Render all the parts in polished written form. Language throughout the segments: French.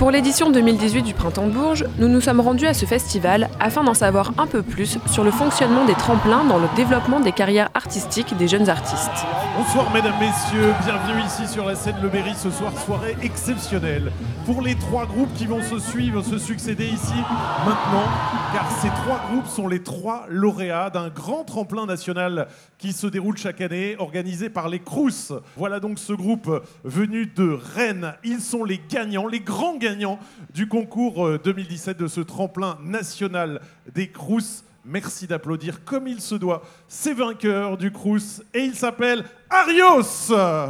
Pour l'édition 2018 du Printemps de Bourges, nous nous sommes rendus à ce festival afin d'en savoir un peu plus sur le fonctionnement des tremplins dans le développement des carrières artistiques des jeunes artistes. Bonsoir mesdames, messieurs, bienvenue ici sur la scène Le Berry ce soir, soirée exceptionnelle pour les trois groupes qui vont se succéder ici maintenant, car ces trois groupes sont les trois lauréats d'un grand tremplin national qui se déroule chaque année, organisé par les Crous. Voilà donc ce groupe venu de Rennes. Ils sont les gagnants, les grands gagnants du concours 2017 de ce tremplin national des Crous. Merci d'applaudir comme il se doit ces vainqueurs du Crous. Et il s'appelle Arios.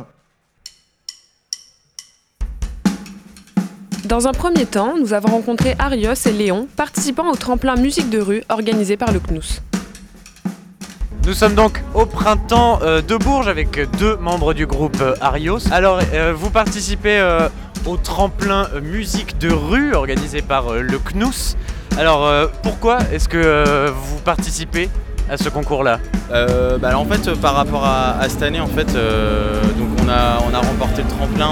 Dans un premier temps, nous avons rencontré Arios et Léon, participants au tremplin musique de rue organisé par le CNUS. Nous sommes donc au printemps de Bourges avec deux membres du groupe Arios. Alors, vous participez au tremplin musique de rue organisé par le CNUS. Alors, pourquoi est-ce que vous participez à ce concours-là ? Alors en fait, par rapport à cette année, en fait, donc on a remporté le tremplin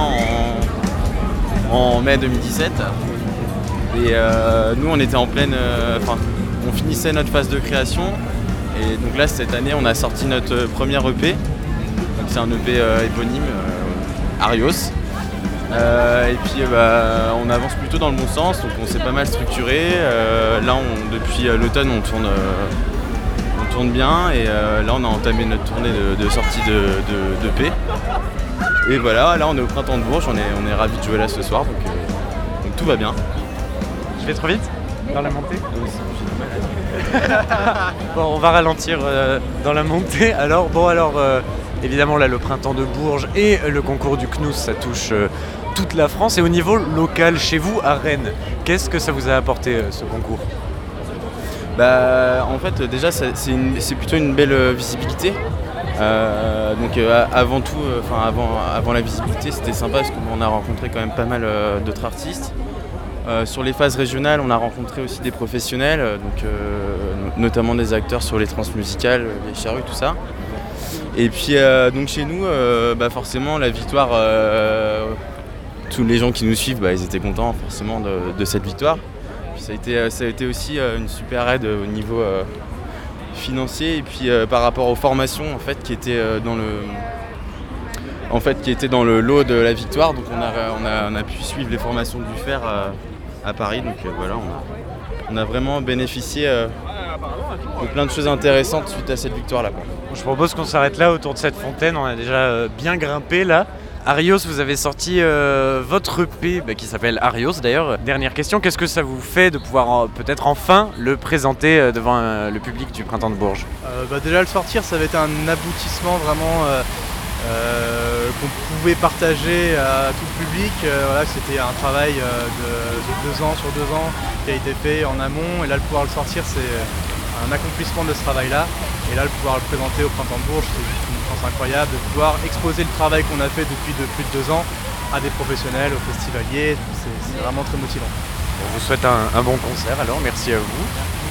en mai 2017. Et nous, on était en pleine... on finissait notre phase de création. Et donc là, cette année, on a sorti notre premier EP. Donc c'est un EP éponyme, Arios. Et puis on avance plutôt dans le bon sens, donc on s'est pas mal structuré. Là, depuis l'automne, on tourne bien. Et là, on a entamé notre tournée de sortie de EP. Et voilà, là, on est au printemps de Bourges. On est ravis de jouer là ce soir, donc tout va bien. Je vais trop vite dans la montée ? Bon, on va ralentir dans la montée. Alors, évidemment, là, le printemps de Bourges et le concours du CNUS, ça touche toute la France. Et au niveau local, chez vous, à Rennes, qu'est-ce que ça vous a apporté, ce concours ? En fait, déjà, c'est plutôt une belle visibilité. Donc, avant tout, avant la visibilité, c'était sympa parce qu'on a rencontré quand même pas mal d'autres artistes. Sur les phases régionales, on a rencontré aussi des professionnels, notamment des acteurs sur les transmusicales, les charrues, tout ça. Et puis donc chez nous, forcément la victoire, tous les gens qui nous suivent, ils étaient contents forcément de cette victoire. Puis ça a été aussi une super aide au niveau financier et puis par rapport aux formations en fait qui étaient dans le lot de la victoire. Donc on a pu suivre les formations du fer à Paris. Donc voilà, on a vraiment bénéficié de plein de choses intéressantes suite à cette victoire-là, quoi. Je propose qu'on s'arrête là autour de cette fontaine. On a déjà bien grimpé là. Arios, vous avez sorti votre EP qui s'appelle Arios d'ailleurs. Dernière question, qu'est-ce que ça vous fait de pouvoir peut-être enfin le présenter devant le public du Printemps de Bourges ? Déjà le sortir, ça avait été un aboutissement vraiment qu'on pouvait partager à tout le public. C'était un travail de 2 ans sur 2 ans qui a été fait en amont, et là le pouvoir le sortir, c'est un accomplissement de ce travail-là. Et là le pouvoir le présenter au Printemps de Bourges, c'est juste une chance incroyable de pouvoir exposer le travail qu'on a fait depuis plus de 2 ans à des professionnels, aux festivaliers. C'est vraiment très motivant. On vous souhaite un bon concert alors, merci à vous.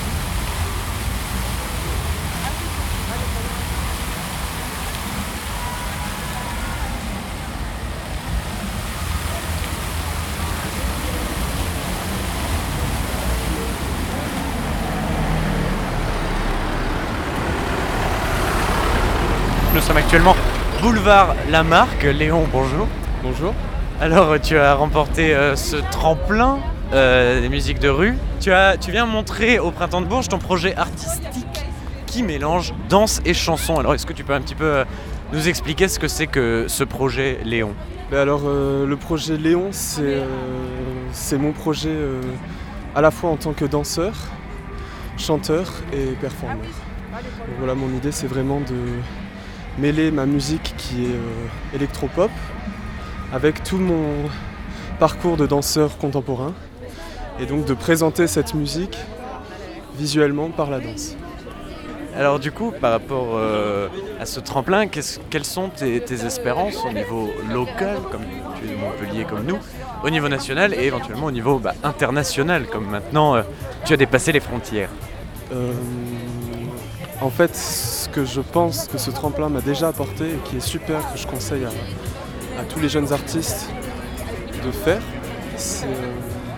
Nous sommes actuellement boulevard Lamarck. Léon, bonjour. Bonjour. Alors, tu as remporté ce tremplin des musiques de rue. Tu viens montrer au Printemps de Bourges ton projet artistique qui mélange danse et chanson. Alors, est-ce que tu peux un petit peu nous expliquer ce que c'est que ce projet, Léon ? Le projet Léon, c'est mon projet à la fois en tant que danseur, chanteur et performeur. Donc voilà, mon idée, c'est vraiment de mêler ma musique qui est électropop avec tout mon parcours de danseur contemporain et donc de présenter cette musique visuellement par la danse. Alors du coup, par rapport à ce tremplin, quelles sont tes espérances au niveau local, comme tu es de Montpellier comme nous, au niveau national et éventuellement au niveau international, comme maintenant tu as dépassé les frontières ? En fait, ce que je pense que ce tremplin m'a déjà apporté et qui est super, que je conseille à tous les jeunes artistes de faire,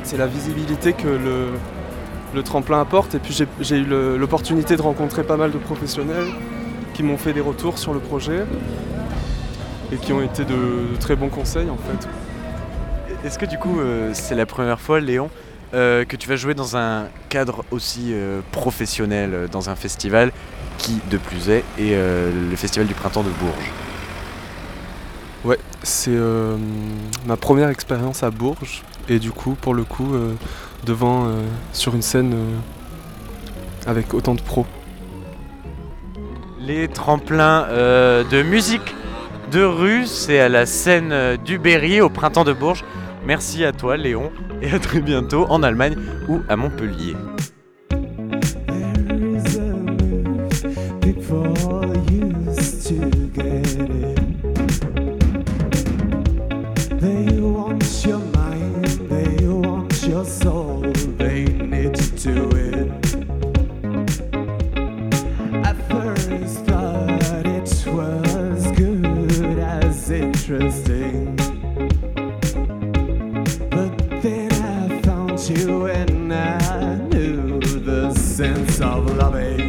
c'est la visibilité que le tremplin apporte. Et puis j'ai eu l'opportunité de rencontrer pas mal de professionnels qui m'ont fait des retours sur le projet et qui ont été de très bons conseils en fait. Est-ce que du coup c'est la première fois, Léon, que tu vas jouer dans un cadre aussi professionnel, dans un festival qui, de plus est le Festival du Printemps de Bourges? Ouais, c'est ma première expérience à Bourges et du coup, pour le coup, sur une scène avec autant de pros. Les tremplins de musique de rue, c'est à la scène du Berry au Printemps de Bourges. Merci à toi, Léon, et à très bientôt en Allemagne ou à Montpellier. Interesting, but then I found you and I knew the sense of loving.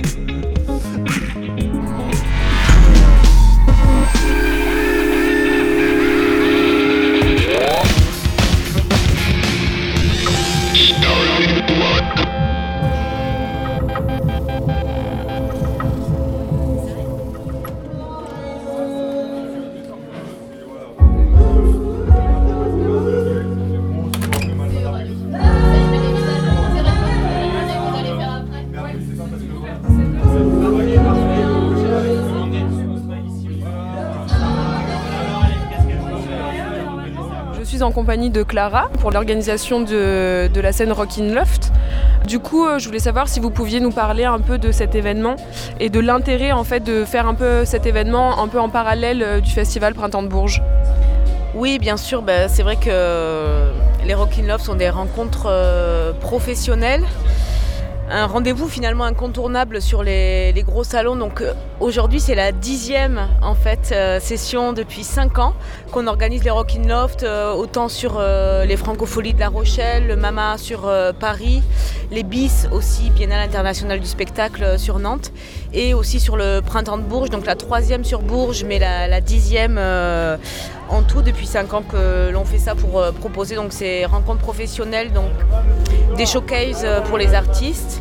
Je suis en compagnie de Clara pour l'organisation de la scène Rockin' Loft. Du coup, je voulais savoir si vous pouviez nous parler un peu de cet événement et de l'intérêt en fait de faire un peu cet événement un peu en parallèle du festival Printemps de Bourges. Oui, bien sûr, c'est vrai que les Rockin' Loft sont des rencontres professionnelles. Un rendez-vous finalement incontournable sur les gros salons. Donc aujourd'hui c'est la 10e en fait session depuis 5 ans qu'on organise les Rockin' Loft, autant sur les Francopholies de La Rochelle, le Mama sur Paris, les BIS aussi, Biennale internationale du spectacle sur Nantes, et aussi sur le Printemps de Bourges, donc la 3e sur Bourges, mais la 10e en tout depuis 5 ans que l'on fait ça pour proposer donc ces rencontres professionnelles, donc des showcases pour les artistes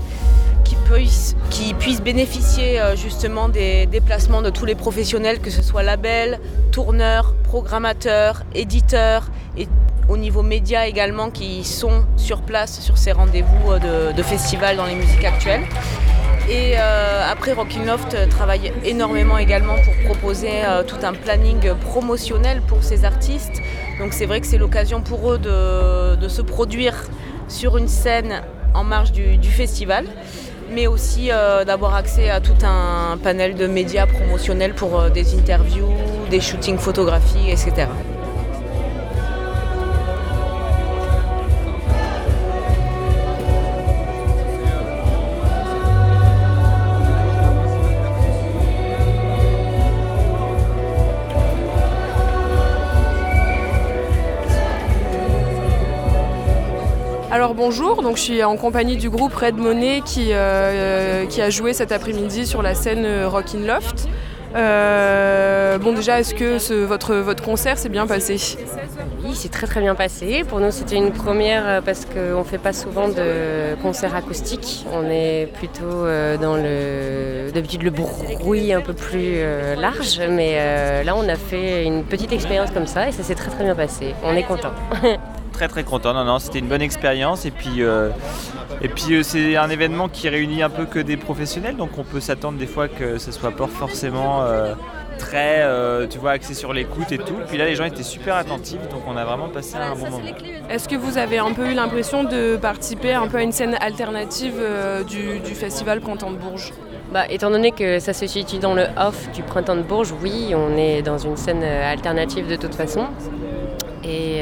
qui puissent bénéficier justement des déplacements de tous les professionnels, que ce soit labels, tourneurs, programmateurs, éditeurs et au niveau média également, qui sont sur place sur ces rendez-vous de festivals dans les musiques actuelles. Et après, Rockin' Loft travaille énormément également pour proposer tout un planning promotionnel pour ces artistes. Donc c'est vrai que c'est l'occasion pour eux de se produire sur une scène en marge du festival, mais aussi d'avoir accès à tout un panel de médias promotionnels pour des interviews, des shootings photographiques, etc. Alors bonjour, donc je suis en compagnie du groupe Red Money qui a joué cet après-midi sur la scène Rockin' Loft. Bon déjà, est-ce que votre concert s'est bien passé ? Oui, c'est très très bien passé. Pour nous c'était une première parce qu'on ne fait pas souvent de concerts acoustiques. On est plutôt dans d'habitude le bruit un peu plus large, mais là on a fait une petite expérience comme ça et ça s'est très très bien passé. On est content. Très très content, non, c'était une bonne expérience et puis c'est un événement qui réunit un peu que des professionnels, donc on peut s'attendre des fois que ce soit pas forcément très axé sur l'écoute et tout. Puis là les gens étaient super attentifs, donc on a vraiment passé un bon moment. Est-ce que vous avez un peu eu l'impression de participer un peu à une scène alternative du festival Printemps de Bourges ? Étant donné que ça se situe dans le off du Printemps de Bourges, oui, on est dans une scène alternative de toute façon. Et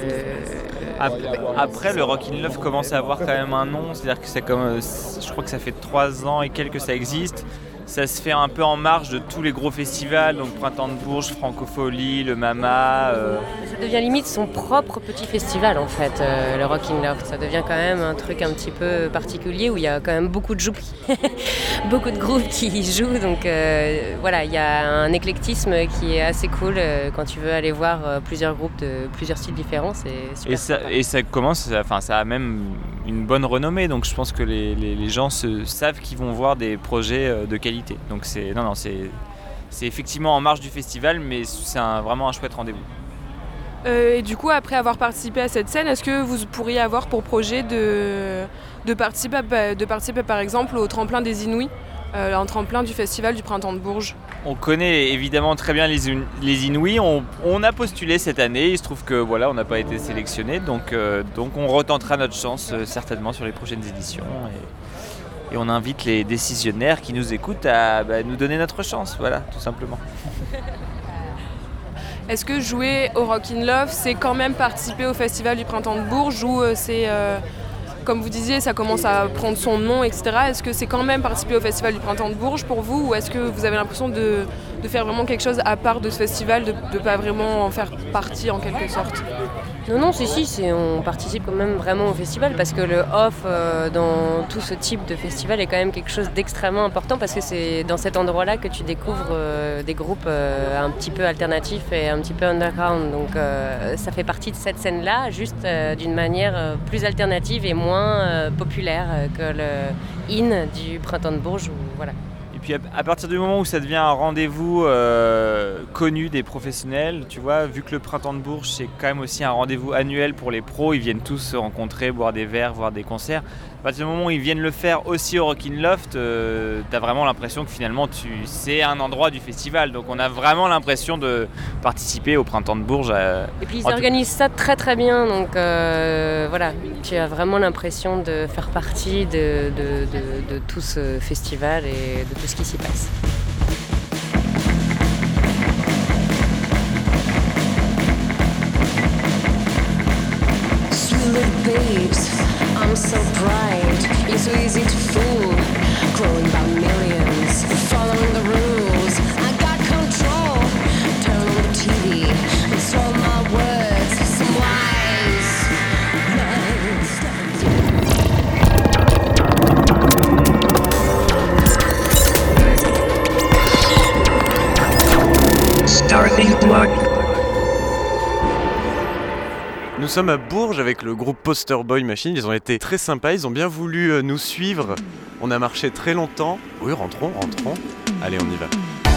après, le Rockin' Loft commence à avoir quand même un nom, c'est-à-dire que c'est comme, je crois que ça fait 3 ans et quelques que ça existe. ça se fait un peu en marge de tous les gros festivals, donc Printemps de Bourges, Francofolie, le Mama. Ça devient limite son propre petit festival en fait, le Rockin' Loft. Ça devient quand même un truc un petit peu particulier où il y a quand même beaucoup de beaucoup de groupes qui y jouent. Donc voilà, il y a un éclectisme qui est assez cool quand tu veux aller voir plusieurs groupes de plusieurs styles différents. C'est super Et ça commence, ça a même une bonne renommée, donc je pense que les gens savent qu'ils vont voir des projets de qualité. Donc c'est effectivement en marge du festival, mais c'est vraiment un chouette rendez-vous. Et du coup, après avoir participé à cette scène, est-ce que vous pourriez avoir pour projet de participer par exemple au tremplin des Inouïs, un tremplin du festival du Printemps de Bourges? On connaît évidemment très bien les Inouïs, on a postulé cette année, il se trouve que voilà, on n'a pas été sélectionné, donc on retentera notre chance certainement sur les prochaines éditions. Et on invite les décisionnaires qui nous écoutent à nous donner notre chance, voilà, tout simplement. Est-ce que jouer au Rockin' Loft, c'est quand même participer au Festival du Printemps de Bourges où c'est, comme vous disiez, ça commence à prendre son nom, etc. Est-ce que c'est quand même participer au Festival du Printemps de Bourges pour vous, ou est-ce que vous avez l'impression de faire vraiment quelque chose à part de ce festival, de ne pas vraiment en faire partie en quelque sorte? Non, on participe quand même vraiment au festival parce que le off dans tout ce type de festival est quand même quelque chose d'extrêmement important parce que c'est dans cet endroit-là que tu découvres des groupes un petit peu alternatifs et un petit peu underground. Donc ça fait partie de cette scène-là, juste d'une manière plus alternative et moins populaire que le in du Printemps de Bourges. Voilà. Et puis à partir du moment où ça devient un rendez-vous connu des professionnels, tu vois, vu que le Printemps de Bourges c'est quand même aussi un rendez-vous annuel pour les pros, ils viennent tous se rencontrer, boire des verres, voir des concerts. À partir du moment où ils viennent le faire aussi au Rockin' Loft, t'as vraiment l'impression que finalement c'est un endroit du festival. Donc on a vraiment l'impression de participer au Printemps de Bourges. Et puis ils organisent ça très très bien, donc voilà, tu as vraiment l'impression de faire partie de tout ce festival et de tout ce qui s'y passe. I'm so bright, you're so easy to fool. Growing by millions, following the rules. I got control. Turn on the TV and swallow my words. Some wise Starting block. Nous sommes à Bourges avec le groupe Poster Boy Machine, ils ont été très sympas, ils ont bien voulu nous suivre. On a marché très longtemps. Oui, rentrons. Allez, on y va.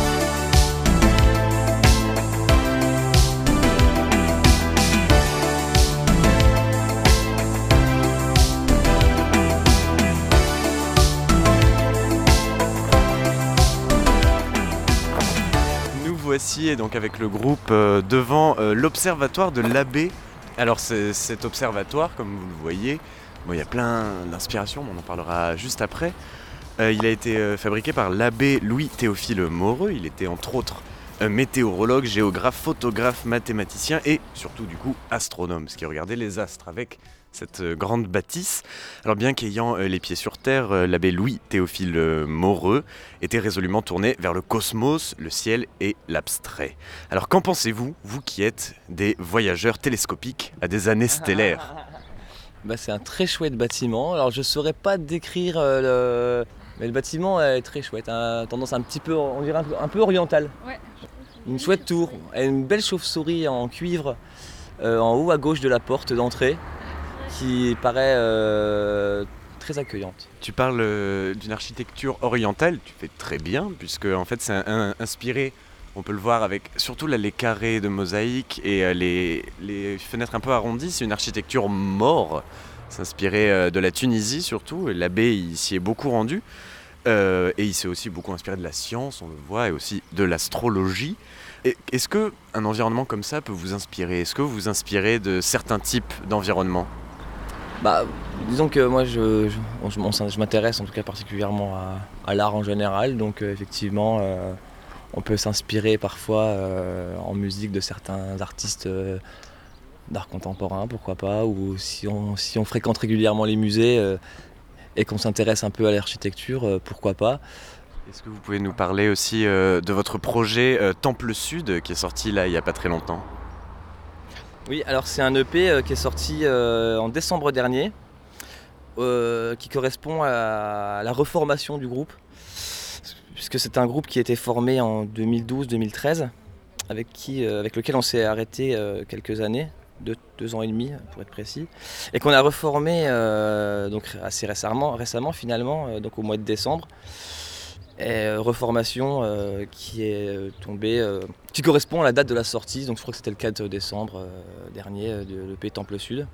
Nous voici donc avec le groupe devant l'observatoire de l'Abbé. Alors cet observatoire, comme vous le voyez, il y a plein d'inspirations, on en parlera juste après. Il a été fabriqué par l'abbé Louis-Théophile Moreux. Il était entre autres météorologue, géographe, photographe, mathématicien et surtout du coup astronome, ce qui regardait les astres avec cette grande bâtisse. Alors bien qu'ayant les pieds sur terre, l'abbé Louis-Théophile Moreux était résolument tourné vers le cosmos, le ciel et l'abstrait. Alors qu'en pensez-vous, vous qui êtes des voyageurs télescopiques à des années stellaires? C'est un très chouette bâtiment. Alors je ne saurais pas décrire mais le bâtiment est très chouette, hein. Tendance un petit peu, on dirait un peu oriental. Ouais. Une chouette tour, et une belle chauve-souris en cuivre en haut à gauche de la porte d'entrée qui paraît très accueillante. Tu parles d'une architecture orientale, tu fais très bien, puisque en fait c'est inspiré, on peut le voir avec surtout là, les carrés de mosaïque et les fenêtres un peu arrondies, c'est une architecture maure. C'est inspiré de la Tunisie surtout, et l'abbé il s'y est beaucoup rendu. Et il s'est aussi beaucoup inspiré de la science, on le voit, et aussi de l'astrologie. Est-ce qu'un environnement comme ça peut vous inspirer? Est-ce que vous vous inspirez de certains types d'environnements? Disons que moi je m'intéresse en tout cas particulièrement à l'art en général, donc effectivement on peut s'inspirer parfois en musique de certains artistes d'art contemporain, pourquoi pas, ou si on fréquente régulièrement les musées et qu'on s'intéresse un peu à l'architecture, pourquoi pas. Est-ce que vous pouvez nous parler aussi de votre projet Temple Sud qui est sorti là il n'y a pas très longtemps? Oui, alors c'est un EP qui est sorti en décembre dernier, qui correspond à la reformation du groupe, puisque c'est un groupe qui a été formé en 2012-2013, avec lequel on s'est arrêté quelques années, 2 ans et demi pour être précis, et qu'on a reformé donc assez récemment finalement, donc au mois de décembre. Et reformation qui est tombée, qui correspond à la date de la sortie, donc je crois que c'était le 4 décembre dernier de l'EP Temple Sud,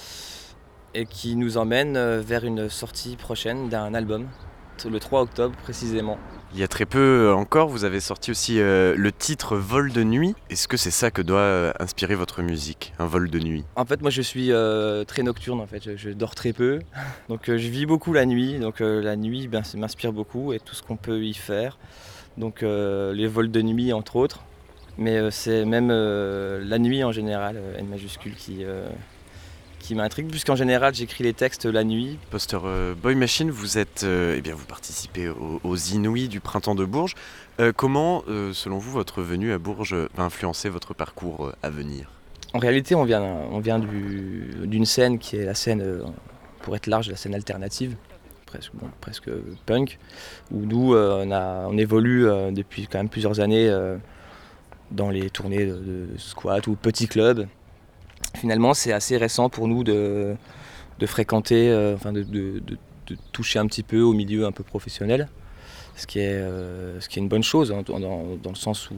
et qui nous emmène vers une sortie prochaine d'un album, le 3 octobre précisément. Il y a très peu encore, vous avez sorti aussi le titre Vol de nuit. Est-ce que c'est ça que doit inspirer votre musique, un vol de nuit? En fait, moi je suis très nocturne, en fait. Je dors très peu, donc je vis beaucoup la nuit. Donc la nuit, ça m'inspire beaucoup et tout ce qu'on peut y faire. Donc les vols de nuit entre autres, mais c'est même la nuit en général, N majuscule, qui m'intrigue, puisqu'en général j'écris les textes la nuit. Poster Boy Machine, vous êtes, vous participez aux Inouïs du Printemps de Bourges. Comment, selon vous, votre venue à Bourges va influencer votre parcours à venir? En réalité, on vient d'une scène qui est la scène, pour être large, la scène alternative, presque punk, où nous, on évolue depuis quand même plusieurs années dans les tournées de squat ou petits clubs. Finalement, c'est assez récent pour nous de fréquenter, de toucher un petit peu au milieu un peu professionnel, ce qui est une bonne chose, hein, dans le sens où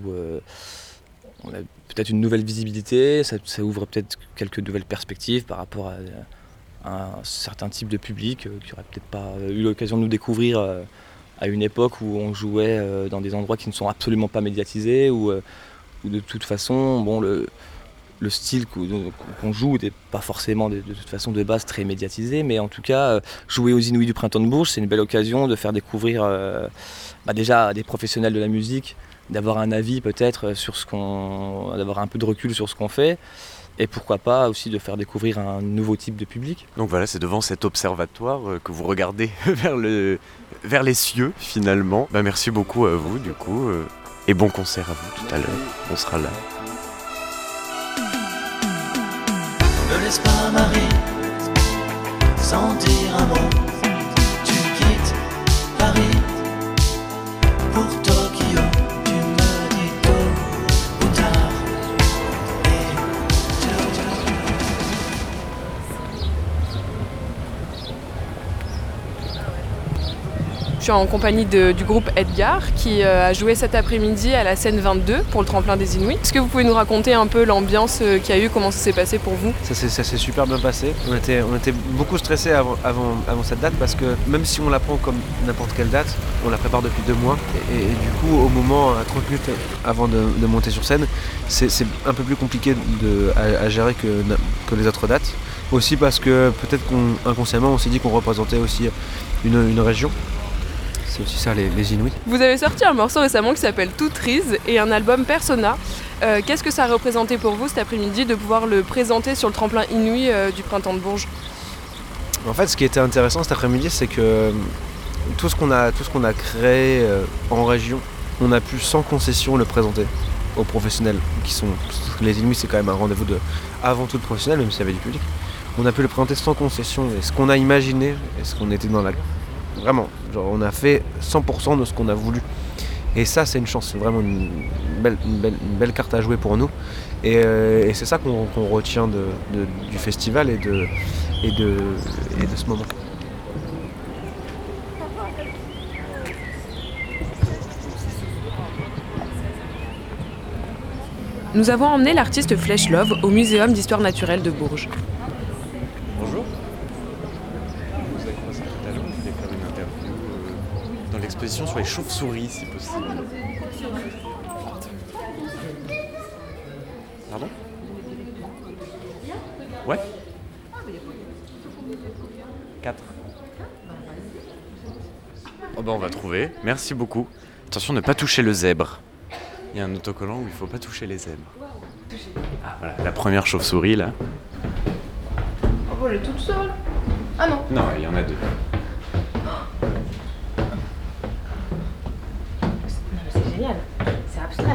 on a peut-être une nouvelle visibilité, ça ouvre peut-être quelques nouvelles perspectives par rapport à un certain type de public qui n'aurait peut-être pas eu l'occasion de nous découvrir à une époque où on jouait dans des endroits qui ne sont absolument pas médiatisés, ou de toute façon, le style qu'on joue n'est pas forcément de toute façon de base très médiatisé, mais en tout cas, jouer aux Inouïs du Printemps de Bourges, c'est une belle occasion de faire découvrir déjà à des professionnels de la musique, d'avoir un avis peut-être d'avoir un peu de recul sur ce qu'on fait, et pourquoi pas aussi de faire découvrir un nouveau type de public. Donc voilà, c'est devant cet observatoire que vous regardez vers les cieux finalement. Merci beaucoup à vous du coup, et bon concert à vous tout à l'heure, on sera là. Ne laisse pas Marie sans dire un mot. Tu quittes Paris pour Tokyo. Tu me dis tôt ou tard. Je suis en compagnie du groupe Edgar qui a joué cet après-midi à la scène 22 pour le tremplin des Inouïs. Est-ce que vous pouvez nous raconter un peu l'ambiance qu'il y a eu, comment ça s'est passé pour vous? Ça s'est super bien passé. On était beaucoup stressés avant cette date, parce que même si on la prend comme n'importe quelle date, on la prépare depuis 2 mois. Et du coup, au moment, à 30 minutes avant de monter sur scène, c'est un peu plus compliqué à gérer que les autres dates. Aussi parce que peut-être qu'inconsciemment on s'est dit qu'on représentait aussi une région. C'est aussi ça, les Inouïs. Vous avez sorti un morceau récemment qui s'appelle Tout Trees et un album Persona. Qu'est-ce que ça a représenté pour vous cet après-midi de pouvoir le présenter sur le tremplin Inouïs du Printemps de Bourges? En fait, ce qui était intéressant cet après-midi, c'est que tout ce qu'on a créé en région, on a pu sans concession le présenter aux professionnels qui sont. Parce que les Inouïs, c'est quand même un rendez-vous avant tout de professionnels, même s'il y avait du public. On a pu le présenter sans concession, et ce qu'on a imaginé, et ce qu'on était dans la. Vraiment, on a fait 100% de ce qu'on a voulu. Et ça, c'est une chance, c'est vraiment une belle carte à jouer pour nous. Et c'est ça qu'on retient du festival et de ce moment. Nous avons emmené l'artiste Flèche Love au Muséum d'Histoire Naturelle de Bourges. Bonjour. Vous avez commencé tout à l'heure, vous voulez faire une interview dans l'exposition sur les chauves-souris, si possible. Pardon? Ouais? 4. Oh on va trouver. Merci beaucoup. Attention, ne pas toucher le zèbre. Il y a un autocollant où il ne faut pas toucher les zèbres. Ah voilà, la première chauve-souris là. Oh, elle est toute seule. Ah non. Non, il y en a 2. génial. C'est abstrait.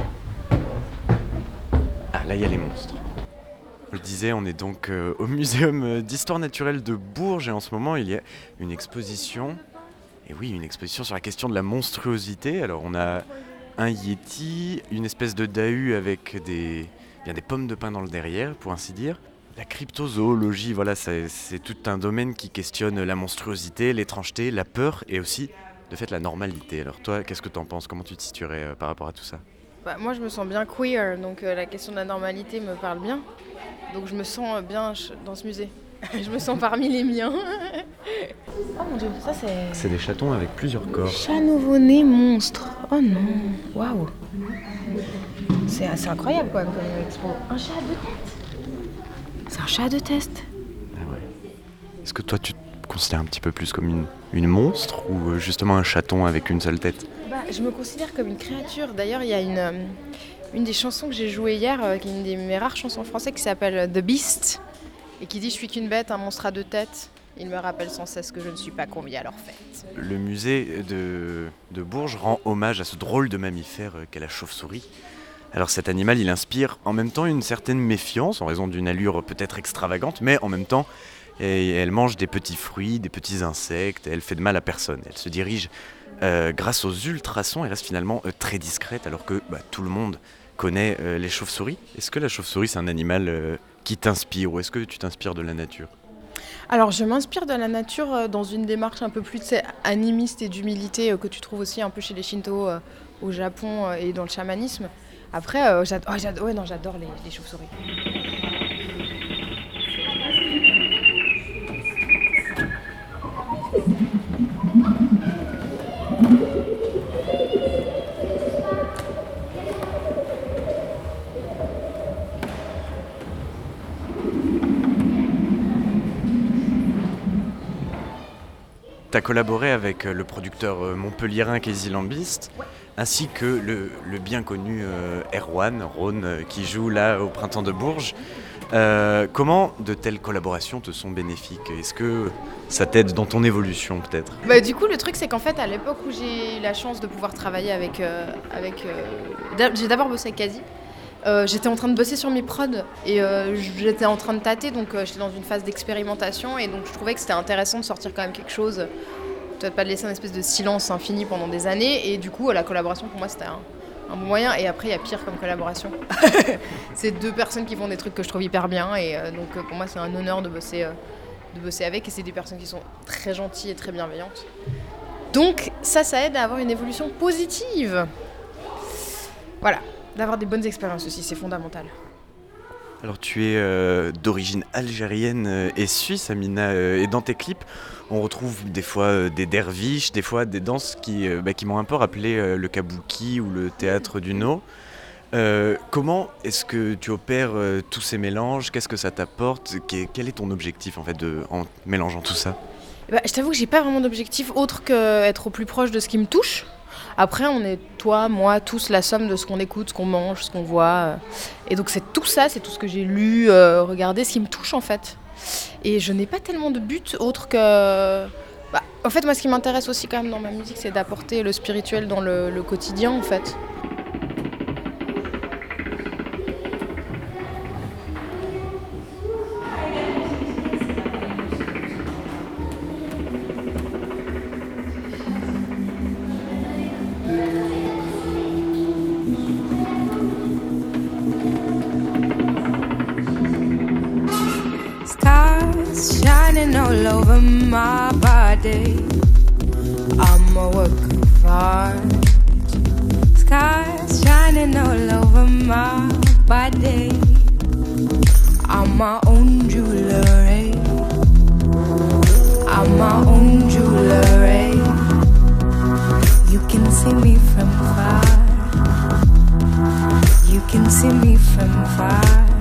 Ah, là, il y a les monstres. Je le disais, on est donc au Muséum d'Histoire Naturelle de Bourges et en ce moment, il y a une exposition. Et oui, une exposition sur la question de la monstruosité. Alors, on a un yéti, une espèce de dahu avec des pommes de pin dans le derrière, pour ainsi dire. La cryptozoologie, voilà, c'est tout un domaine qui questionne la monstruosité, l'étrangeté, la peur et aussi, de fait, la normalité. Alors toi, qu'est-ce que t'en penses? Comment tu te situerais par rapport à tout ça? Moi, je me sens bien queer, donc la question de la normalité me parle bien. Donc je me sens bien dans ce musée. Je me sens parmi les miens. Oh mon dieu, ça c'est... C'est des chatons avec plusieurs corps. Chat nouveau-né monstre. Oh non, waouh. C'est assez incroyable quoi comme expo. Un chat de tête. C'est un chat de test. Ah ouais. Est-ce que toi tu te considères un petit peu plus comme une monstre ou justement un chaton avec une seule tête? Je me considère comme une créature. D'ailleurs, il y a une des chansons que j'ai jouées hier, qui est une de mes rares chansons en français, qui s'appelle The Beast, et qui dit « Je suis qu'une bête, un monstre à deux têtes. Il me rappelle sans cesse que je ne suis pas convié à leur fête. » Le musée de Bourges rend hommage à ce drôle de mammifère qu'est la chauve-souris. Alors cet animal, il inspire en même temps une certaine méfiance, en raison d'une allure peut-être extravagante, mais en même temps, elle mange des petits fruits, des petits insectes, elle fait de mal à personne. Elle se dirige grâce aux ultrasons, elle reste finalement très discrète, alors que tout le monde connaît les chauves-souris. Est-ce que la chauve-souris, c'est un animal qui t'inspire, ou est-ce que tu t'inspires de la nature? Alors je m'inspire de la nature dans une démarche un peu plus animiste et d'humilité que tu trouves aussi un peu chez les Shinto au Japon et dans le chamanisme. Après, j'adore les chauves-souris. Tu as collaboré avec le producteur montpelliérain Casey Lambist, ainsi que le bien connu Erwan Rhône qui joue là au Printemps de Bourges. Comment de telles collaborations te sont bénéfiques? Est-ce que ça t'aide dans ton évolution peut-être? Du coup, le truc c'est qu'en fait, à l'époque où j'ai eu la chance de pouvoir travailler avec j'ai d'abord bossé avec Casey. J'étais en train de bosser sur mes prods et j'étais en train de tâter, donc j'étais dans une phase d'expérimentation et donc je trouvais que c'était intéressant de sortir quand même quelque chose, peut-être pas de laisser une espèce de silence infini pendant des années, et du coup la collaboration pour moi c'était un bon moyen. Et après il y a pire comme collaboration. C'est deux personnes qui font des trucs que je trouve hyper bien et donc pour moi c'est un honneur de bosser avec, et c'est des personnes qui sont très gentilles et très bienveillantes. Donc ça aide à avoir une évolution positive. Voilà. D'avoir des bonnes expériences aussi, c'est fondamental. Alors tu es d'origine algérienne et suisse, Amina, et dans tes clips, on retrouve des fois des derviches, des fois des danses qui m'ont un peu rappelé le kabuki ou le théâtre du No. Comment est-ce que tu opères tous ces mélanges? Qu'est-ce que ça t'apporte? Quel est ton objectif en fait en mélangeant tout ça? Je t'avoue que j'ai pas vraiment d'objectif autre qu'être au plus proche de ce qui me touche. Après, on est, toi, moi, tous la somme de ce qu'on écoute, ce qu'on mange, ce qu'on voit. Et donc c'est tout ça, c'est tout ce que j'ai lu, regardé, ce qui me touche en fait. Et je n'ai pas tellement de but autre que... en fait, moi, ce qui m'intéresse aussi quand même dans ma musique, c'est d'apporter le spirituel dans le quotidien en fait. Shining all over my body, I'm a work of art. Skies shining all over my body, I'm my own jewelry, I'm my own jewelry. You can see me from far, you can see me from far.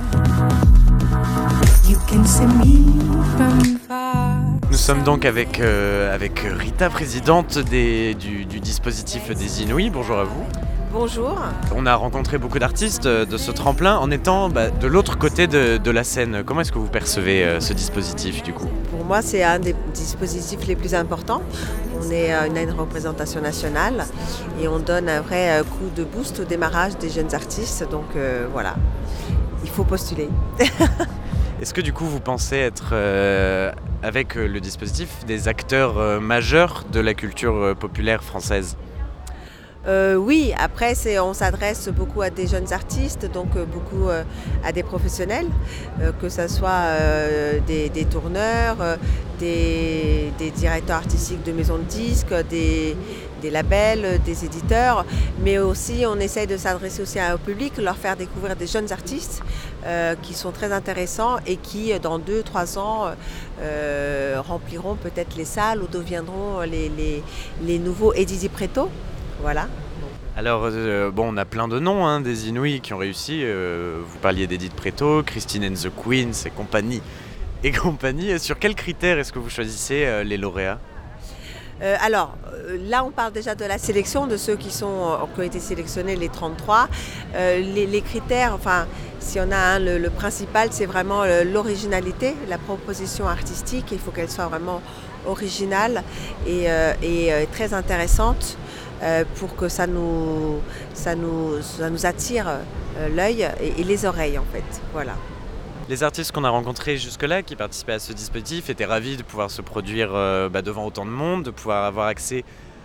Nous sommes donc avec Rita, présidente du dispositif des Inouïs. Bonjour à vous. Bonjour. On a rencontré beaucoup d'artistes de ce tremplin en étant de l'autre côté de la scène. Comment est-ce que vous percevez ce dispositif du coup? Pour moi, c'est un des dispositifs les plus importants. On est une représentation nationale et on donne un vrai coup de boost au démarrage des jeunes artistes. Donc voilà, il faut postuler. Est-ce que du coup vous pensez être, avec le dispositif, des acteurs majeurs de la culture populaire française ? Oui, après on s'adresse beaucoup à des jeunes artistes, donc beaucoup à des professionnels, que ce soit des tourneurs, des directeurs artistiques de maisons de disques, des labels, des éditeurs, mais aussi on essaye de s'adresser aussi au public, leur faire découvrir des jeunes artistes qui sont très intéressants et qui dans 2-3 ans rempliront peut-être les salles ou deviendront les nouveaux Eddie Di Preto. Voilà. Alors, on a plein de noms, des Inouïs qui ont réussi. Vous parliez d'Edith Preto, Christine and the Queens et compagnie. Sur quels critères est-ce que vous choisissez les lauréats ? Alors, là, on parle déjà de la sélection, de ceux qui ont été sélectionnés, les 33. Les critères, enfin, s'il y en a un, le principal, c'est vraiment l'originalité, la proposition artistique. Il faut qu'elle soit vraiment originale et très intéressante pour que ça nous attire l'œil et les oreilles, en fait. Voilà. Les artistes qu'on a rencontrés jusque-là, qui participaient à ce dispositif, étaient ravis de pouvoir se produire devant autant de monde, de pouvoir avoir accès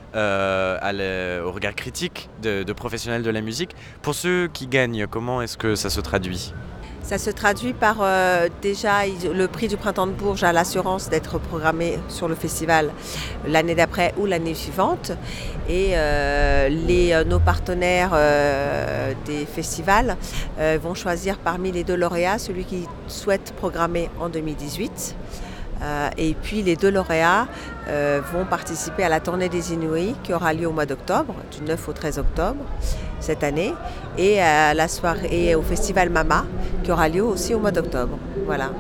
au regard critique de professionnels de la musique. Pour ceux qui gagnent, comment est-ce que ça se traduit ? Ça se traduit par déjà le prix du Printemps de Bourges a l'assurance d'être programmé sur le festival l'année d'après ou l'année suivante. Et nos partenaires des festivals vont choisir parmi les 2 lauréats celui qui souhaite programmer en 2018. Et puis les 2 lauréats vont participer à la tournée des Inouïs qui aura lieu au mois d'octobre, du 9 au 13 octobre cette année, et à la soirée au festival Mama qui aura lieu aussi au mois d'octobre. Voilà.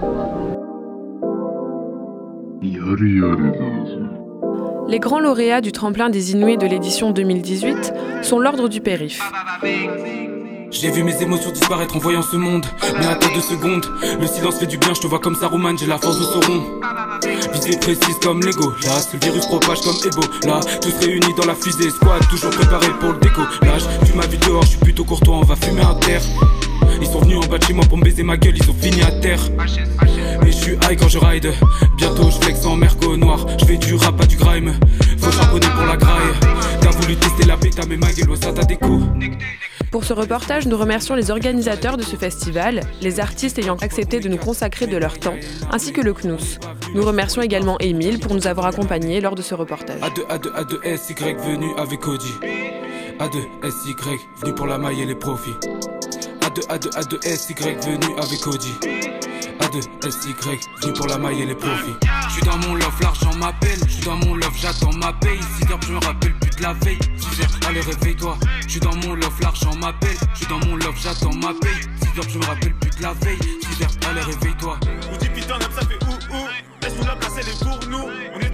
Les grands lauréats du tremplin des Inouïs de l'édition 2018 sont l'Ordre du Périph'. J'ai vu mes émotions disparaître en voyant ce monde. Mais attends 2 secondes, le silence fait du bien, je te vois comme Saruman, j'ai la force de Sauron. Visée précise comme Lego, là, ce virus propage comme Ebola. Tous réunis dans la fusée, squad, toujours préparé pour le décollage. Tu m'as vu dehors, je suis plutôt courtois, on va fumer à terre. Ils sont venus en bas de chez moi pour me baiser ma gueule, ils ont fini à terre. Mais je suis high quand je ride, bientôt je flex en merco noir. Je fais du rap, pas du grime, faut charbonner pour la graille. T'as voulu tester la bêta, mais ma gueule, ça t'a déco. Pour ce reportage, nous remercions les organisateurs de ce festival, les artistes ayant accepté de nous consacrer de leur temps, ainsi que le CNUS. Nous remercions également Émile pour nous avoir accompagnés lors de ce reportage. A2 SY venu avec Audi. A2 SY venu pour la maille et les profits. A2 SY venu avec Audi. A2 SY venu pour la maille et les profits. Je suis dans mon love, l'argent m'appelle. Je suis dans mon love, j'attends ma paye. 6 heures, je me rappelle plus de la veille. 6 heures, allez réveille-toi. Je suis dans mon love, l'argent m'appelle. Je suis dans mon love, j'attends ma paye. 6 heures, je me rappelle plus de la veille. 6 heures, allez réveille-toi. Ou dit putain, ça fait ou. Laisse-nous la place, elle est pour nous. On est